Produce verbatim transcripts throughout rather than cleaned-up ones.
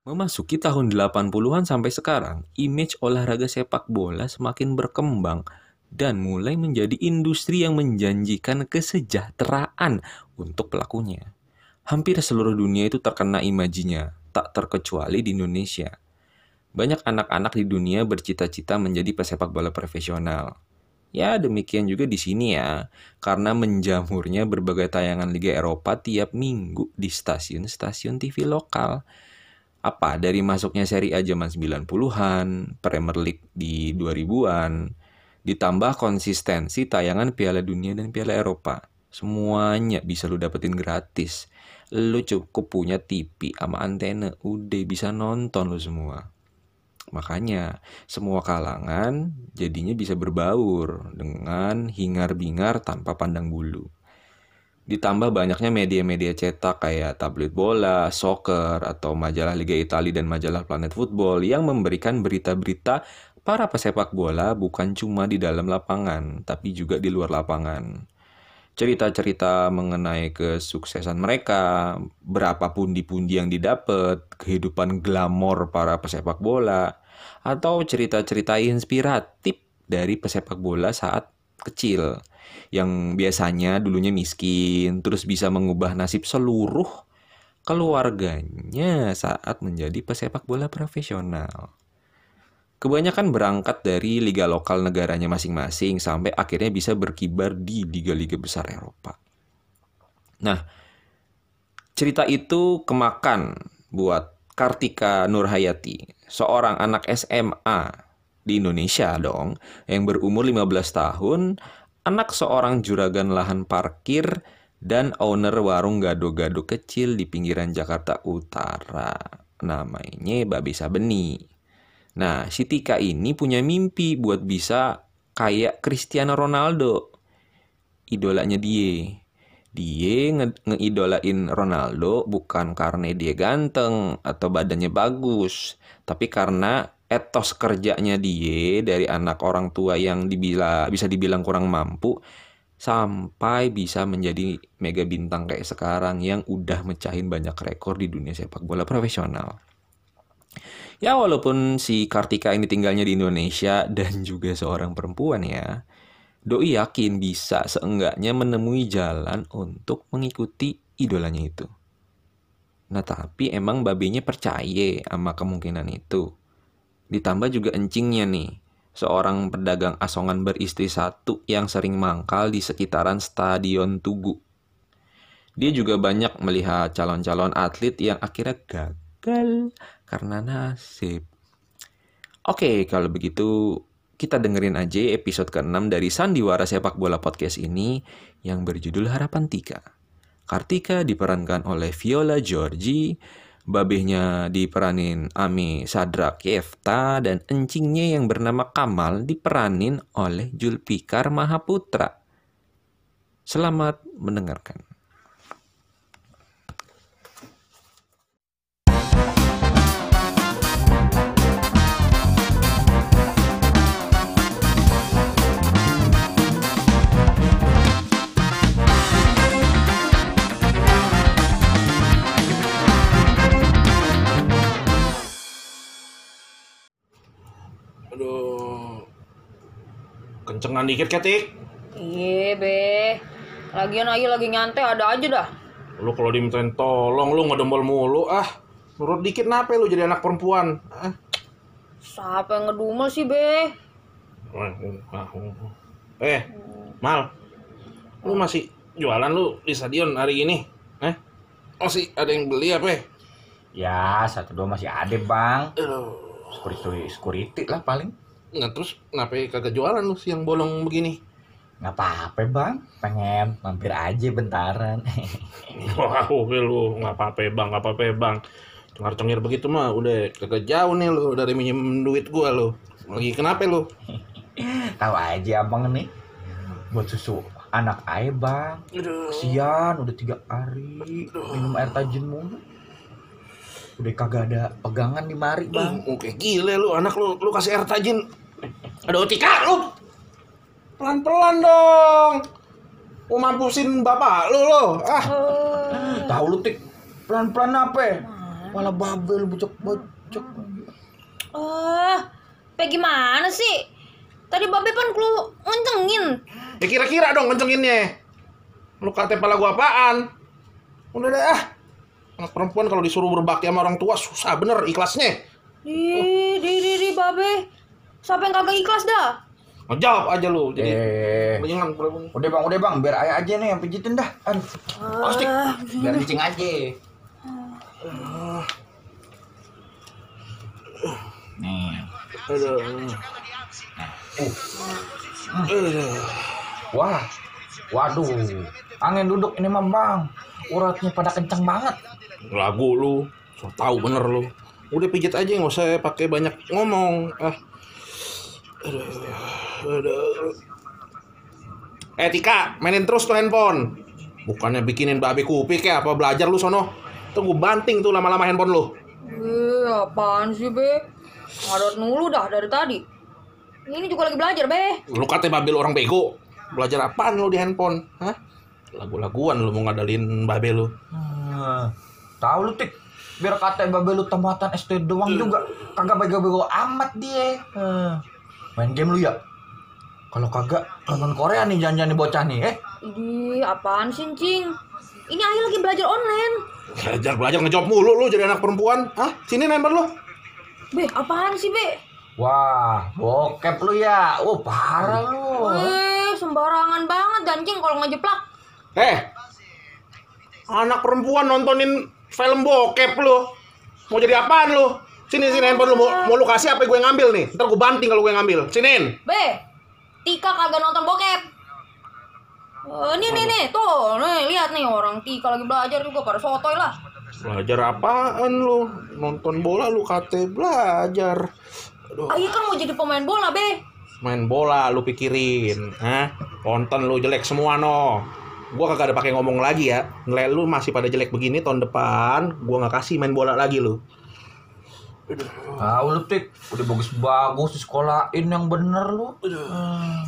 Memasuki tahun delapan puluhan sampai sekarang, image olahraga sepak bola semakin berkembang dan mulai menjadi industri yang menjanjikan kesejahteraan untuk pelakunya. Hampir seluruh dunia itu terkena imajinya, tak terkecuali di Indonesia. Banyak anak-anak di dunia bercita-cita menjadi pesepak bola profesional. Ya, demikian juga di sini ya, karena menjamurnya berbagai tayangan Liga Eropa tiap minggu di stasiun-stasiun T V lokal. Apa, dari masuknya Serie A zaman sembilan puluhan, Premier League di dua ribuan, ditambah konsistensi tayangan Piala Dunia dan Piala Eropa. Semuanya bisa lu dapetin gratis. Lu cukup punya T V sama antena, udah bisa nonton lu semua. Makanya, semua kalangan jadinya bisa berbaur dengan hingar-bingar tanpa pandang bulu. Ditambah banyaknya media-media cetak kayak tabloid bola, soccer, atau majalah Liga Italia dan majalah Planet Football yang memberikan berita-berita para pesepak bola bukan cuma di dalam lapangan, tapi juga di luar lapangan. Cerita-cerita mengenai kesuksesan mereka, berapa pundi-pundi yang didapat, kehidupan glamor para pesepak bola, atau cerita-cerita inspiratif dari pesepak bola saat kecil yang biasanya dulunya miskin, terus bisa mengubah nasib seluruh keluarganya saat menjadi pesepak bola profesional. Kebanyakan berangkat dari liga lokal negaranya masing-masing sampai akhirnya bisa berkibar di liga-liga besar Eropa. Nah, cerita itu kemakan buat Kartika Nurhayati, seorang anak S M A di Indonesia dong, yang berumur lima belas tahun, anak seorang juragan lahan parkir dan owner warung gado-gado kecil di pinggiran Jakarta Utara. Namanya Babe Sabeni. Nah, si Tika ini punya mimpi buat bisa kayak Cristiano Ronaldo. Idolanya dia. Dia nge- ngeidolain Ronaldo bukan karena dia ganteng atau badannya bagus, tapi karena etos kerjanya dia dari anak orang tua yang dibila, bisa dibilang kurang mampu sampai bisa menjadi mega bintang kayak sekarang yang udah mecahin banyak rekor di dunia sepak bola profesional. Ya, walaupun si Kartika ini tinggalnya di Indonesia dan juga seorang perempuan ya, Doi yakin bisa seenggaknya menemui jalan untuk mengikuti idolanya itu. Nah, tapi emang babenya percaya sama kemungkinan itu. Ditambah juga encingnya nih, seorang pedagang asongan beristri satu yang sering mangkal di sekitaran Stadion Tugu. Dia juga banyak melihat calon-calon atlet yang akhirnya gagal karena nasib. Oke, kalau begitu kita dengerin aja episode keenam dari Sandiwara Sepak Bola Podcast ini yang berjudul Harapan Tika. Kartika diperankan oleh Viola Georgi, babehnya diperanin Ami Sadrak Yefta, dan encingnya yang bernama Kamal diperanin oleh Julfikar Mahaputra. Selamat mendengarkan. Aduh, kencengan dikit ketik. Iya be, lagian aja lagi nyantai ada aja dah. Lu kalau dimintain tolong lu ngedembel mulu ah. Nurut dikit nape lu jadi anak perempuan? Ah. Siapa yang ngedumel sih be? Eh, Mal, lu masih jualan lu di stadion hari ini? Eh, masih ada yang beli apa? Ya, satu dua masih ada bang. Aduh. Security, security lah paling. Nggak, terus kenapa kagak jualan lu siang bolong begini? Nggak apa-apa bang, pengen mampir aja bentaran. Wah, lu nggak apa-apa bang, nggak apa-apa bang. Cengar-cengir begitu mah udah kagak jauh nih lu dari minjem duit gua lu. Lagi kenapa lu? Tahu aja abang nih, buat susu anak ayah bang. Aduh. Kasian udah tiga hari minum air tajin mulu. Udah kagak ada pegangan di mari bang. Uh, Oke gile lu anak lu, lu kasih air tajin. Aduh Tika lu. Pelan-pelan dong. Mau mampusin bapak lu lo. Ah. Tahu lu Tik, pelan-pelan apa? Malah babe lu bocok-bocok. Ah, Pe gimana sih? Tadi babe kan lu ngencengin. Ya kira-kira dong kencenginnya. Lu kata pala gua apaan? Udah deh ah. Anak perempuan kalau disuruh berbakti sama orang tua susah bener ikhlasnya. Di, di, di, di, babe. Siapa yang kagak ikhlas dah? Ngejawab aja lu. Jadi Eh, Jangan pura-pura. udah bang, udah bang, biar ayah aja nih yang pijitin dah. Aduh, plastik. Biar cicing aja. Nih. Aduh. Uh, Aduh. wah, waduh, angin duduk ini mah bang. Uratnya pada kencang banget. Lagu lu, so tahu bener lu. Udah pijit aja nggak usah pakai banyak ngomong. Ah. Aduh. Aduh. Eh Tika, mainin terus tuh handphone. Bukannya bikinin babe kupik ya, apa belajar lu sono. Tunggu banting tuh lama-lama handphone lu. Eh, apaan sih, Be? Ngadot mulu dah dari tadi. Ini juga lagi belajar, Be. Lu kata babe lu orang bego. Belajar apaan lu di handphone? Hah? Lagu-laguan lu mau ngadalin babe lu. Hmm, tahu lu Tik, biar kata babe lu tamatan S D doang juga, kagak bego-bego amat dia. Hmm. Main game lu ya? Kalau kagak nonton Korea nih jangan-jangan nih bocah nih, eh? Ini apaan sih, Cing? Ini Ayu lagi belajar online. Belajar belajar ngejawab mulu lu jadi anak perempuan. Hah? Sini nempel lu. Be, apaan sih, Be? Wah, bokep lu ya. Oh, parah lu. Eh, sembarangan banget dancing kalau ngejeplak. Eh. Anak perempuan nontonin film bokep lu. Mau jadi apaan lu? Sini sini handphone lu mau, mau lu kasih apa gue ngambil nih? Ntar gue banting kalau gue ngambil. Sinin. Be, Tika kagak nonton bokep. Eh, nih, nih, nih, tuh, nih, lihat nih orang Tika lagi belajar juga pada sotoy lah. Belajar apaan lu? Nonton bola lu kate belajar. Aduh. Ayu kan mau jadi pemain bola, Be. Main bola lu pikirin, hah? Konten lu jelek semua no. Gua kagak ada pakai ngomong lagi ya. Nilai lu masih pada jelek begini tahun depan, gua nggak kasih main bola lagi lu. Tahu lu Tik, udah bagus-bagus di sekolahin yang bener lu. Hmm.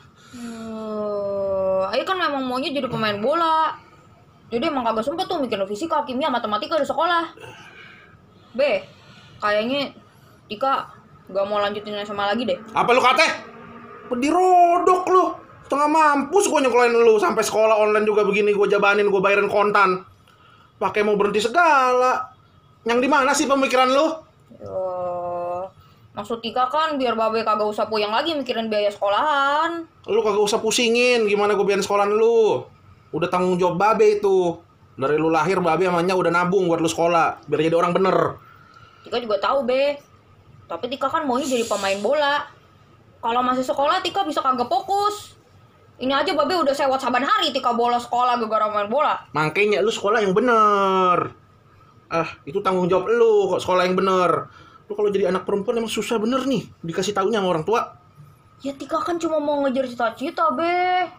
Uh, Ayu kan memang maunya jadi pemain bola. Jadi emang kagak sempet tuh mikirin fisika, kimia, matematika di sekolah. Be, kayaknya Tika gak mau lanjutin S M A lagi deh. Apa lu kate? Pedirodok lu. Setengah mampus gua nyekolahin lu sampai sekolah online juga begini gua jabanin, gua bayarin kontan. Pakai mau berhenti segala. Yang di mana sih pemikiran lu? Uh, maksud Tika kan biar babe kagak usah puyeng lagi mikirin biaya sekolahan. Lu kagak usah pusingin gimana gua biarin sekolahan lu. Udah tanggung jawab babe itu. Dari lu lahir babe amanya udah nabung buat lu sekolah biar jadi orang bener. Tika juga tahu, Be. Tapi Tika kan maunya jadi pemain bola. Kalau masih sekolah Tika bisa kagak fokus. Ini aja babe udah sewot saban hari Tika bolos sekolah gara-gara main bola. Makanya lu sekolah yang bener. Ah, itu tanggung jawab lu kok sekolah yang bener. Lu kalau jadi anak perempuan emang susah bener nih dikasih taunya sama orang tua. Ya Tika kan cuma mau ngejar cita-cita, Be.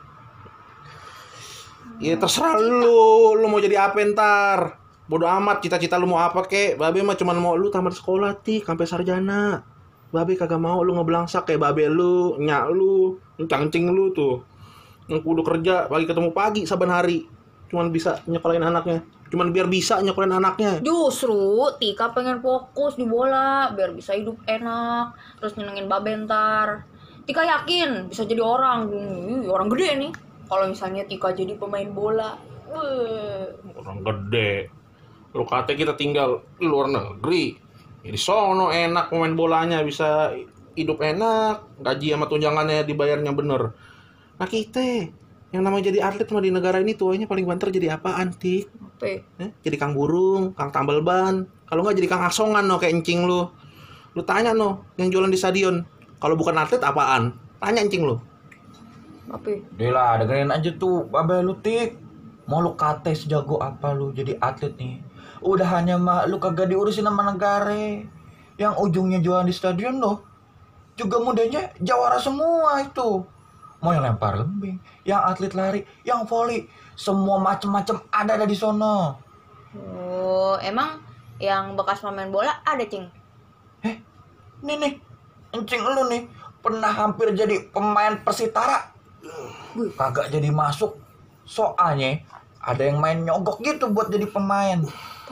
Ya terserah lu, lu mau jadi apa ntar. Bodoh amat cita-cita lu mau apa kek. Babe mah cuma mau lu tamat sekolah tik sampai sarjana. Babe kagak mau lu ngebelangsak kayak babe lu, nyak lu, cangcing lu tuh. Yang kudu kerja pagi ketemu pagi saban hari. Cuman bisa nyekolahin anaknya. Cuman biar bisa nyekolahin anaknya. Justru Tika pengen fokus di bola biar bisa hidup enak, terus nyenengin babe ntar. Tika yakin bisa jadi orang, hmm, orang gede nih. Kalau misalnya Tika jadi pemain bola. Weh. Orang gede. Lu kata kita tinggal di luar negeri. Ya di sono enak pemain bolanya bisa hidup enak, gaji sama tunjangannya dibayarnya bener. Nah kita yang namanya jadi atlet mah di negara ini tuanya paling banter jadi apaan, Tik? Pe. Eh, jadi kang burung, kang tambal ban. Kalau nggak jadi kang asongan no kayak encing lu. Lu tanya no yang jualan di stadion. Kalau bukan atlet apaan? Tanya encing lu. Apa? Udah lah, dengerin aja tuh babe lu Tik. Mau lu kate sejago apa lu jadi atlet nih. Udah hanya mah lu kagak diurusin sama negara. Yang ujungnya jualan di stadion loh. Juga mudanya jawara semua itu. Mau yang lempar lembing, yang atlet lari, yang voli, semua macem-macem ada ada di sono. Oh, emang yang bekas pemain bola ada, Cing? Eh, nih nih, encing lu nih pernah hampir jadi pemain Persitara. Wih, kagak jadi masuk. Soalnya ada yang main nyogok gitu buat jadi pemain.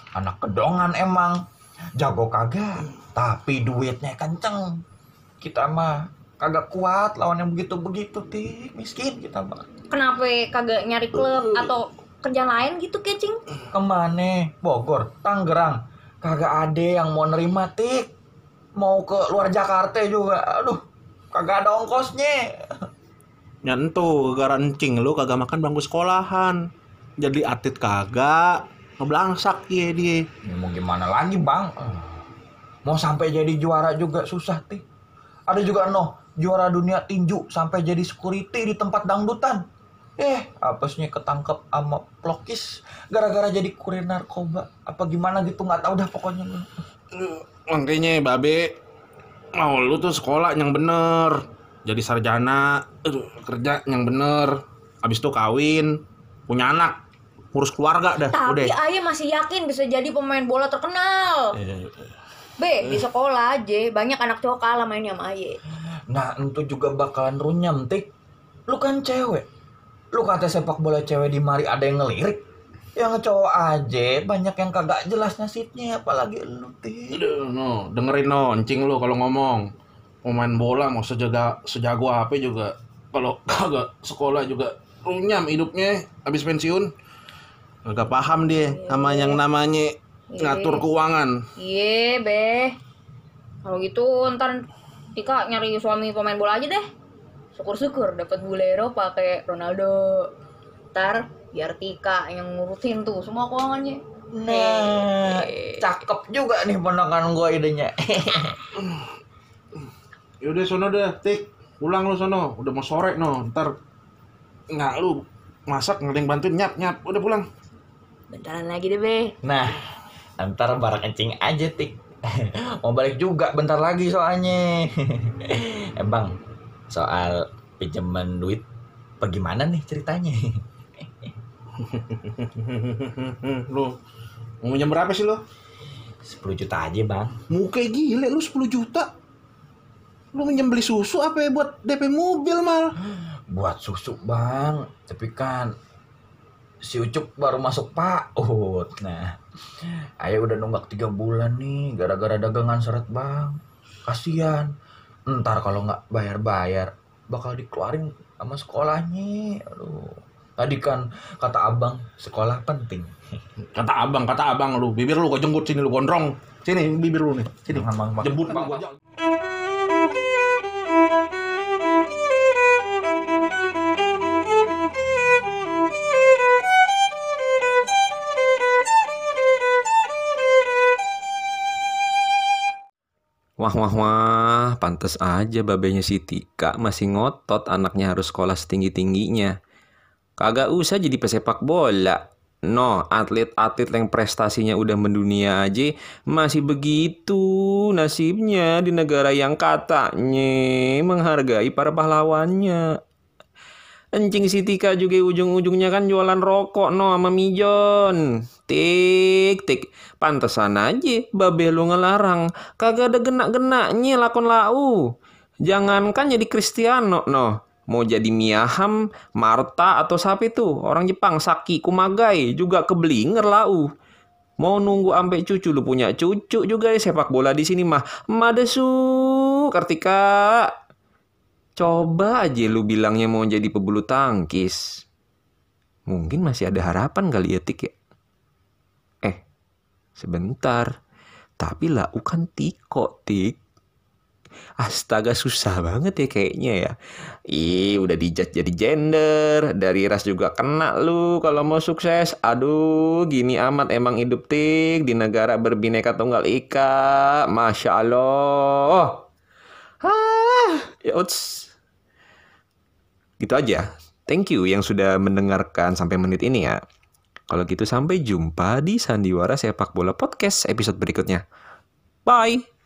Anak kedongan emang. Jago kagak, tapi duitnya kenceng. Kita mah kagak kuat lawan yang begitu-begitu, Tik. Miskin kita mah. Kenapa kagak nyari klub atau kerja lain gitu kecing? Kemana? Bogor, Tangerang. Kagak ada yang mau nerima, Tik. Mau ke luar Jakarta juga. Aduh, kagak ada ongkosnya. Nyentuh, gara encing lu kagak makan bangku sekolahan. Jadi atlet kagak, ngeblangsak ya dia. Ya, mau gimana lagi, Bang? Mau sampai jadi juara juga susah, Tik. Ada juga noh, juara dunia tinju sampai jadi security di tempat dangdutan. Eh, apesnya ketangkep sama pelokis gara-gara jadi kurir narkoba. Apa gimana gitu, nggak tahu dah pokoknya. Makanya babe mau lu tuh sekolah yang bener, jadi sarjana, aduh, kerja yang bener, abis itu kawin, punya anak, ngurus keluarga dah. Tapi Udah. Aye masih yakin bisa jadi pemain bola terkenal. Be, di sekolah aja banyak anak cowok kalah mainnya sama Aye. Nah, itu juga bakalan runyam, Tik. Lu kan cewek. Lu kata sepak bola cewek di mari ada yang ngelirik. Yang cowok aja banyak yang kagak jelas nasibnya, apalagi lu, Tik. Aduh, no, dengerin no, encing lu kalau ngomong. Pemain bola mau sejaga sejago apa juga, kalau kagak sekolah juga runyam hidupnya habis pensiun. Kagak paham dia sama yang namanya ngatur keuangan. Iya, Be. Kalau gitu ntar Tika nyari suami pemain bola aja deh. Syukur-syukur dapat bule Eropa kayak Ronaldo. Ntar biar Tika yang ngurusin tuh semua keuangannya. Nah, Eh. cakep juga nih ponakan gua idenya. Yaudah sono dah, Tik. Pulang lu sono, udah mau sore no. Ntar nggak lu masak nggak ada yang bantuin nyap nyap. Udah pulang. Bentaran lagi deh, Be. Nah, ntar bareng encing aja, Tik. Mau balik juga bentar lagi soalnya. Eh, Bang, soal pinjaman duit bagaimana nih ceritanya? Lu mau minjem berapa sih lu? sepuluh juta aja, Bang. Muka gile lu sepuluh juta. Lu minjem beli susu apa ya buat D P mobil mal? Buat susu, Bang. Tapi kan si Ucup baru masuk PAUD. Nah, Ayo udah nunggak tiga bulan nih gara-gara dagangan seret, Bang. Kasian. Ntar kalau nggak bayar-bayar bakal dikeluarin sama sekolahnya. Aduh. Tadi kan kata abang sekolah penting. Kata abang, kata abang lu, bibir lu gua jemput sini lu gondrong. Sini bibir lu nih. Sini. Bang, bang. Jemput bang gua. Wah wah wah, pantes aja babenya si Tika masih ngotot anaknya harus sekolah setinggi-tingginya. Kagak usah jadi pesepak bola. No, atlet-atlet yang prestasinya udah mendunia aja masih begitu nasibnya di negara yang katanya menghargai para pahlawannya. Encing si Tika juga ujung-ujungnya kan jualan rokok no sama Mijon. Tik tik, pantesan aja babe lu ngelarang. Kagak ada genak-genaknya lakon lau. Jangankan jadi Cristiano no, mau jadi Miyaham, Marta atau siapa itu orang Jepang Saki Kumagai juga keblinger lau. Mau nunggu ampe cucu lu punya cucu juga ya sepak bola di sini mah. Madesu Kartika. Coba aja lu bilangnya mau jadi pebulu tangkis. Mungkin masih ada harapan kali ya, Tik ya. Eh, sebentar. Tapi lau kan Tiko, Tik. Astaga, susah banget ya kayaknya ya. Ih, udah dijudge jadi gender. Dari ras juga kena lu kalau mau sukses. Aduh, gini amat emang hidup, Tik. Di negara berbineka tunggal ika. Masya Allah. Ah, ya uts. Gitu aja. Thank you yang sudah mendengarkan sampai menit ini ya. Kalau gitu sampai jumpa di Sandiwara Sepak Bola Podcast episode berikutnya. Bye.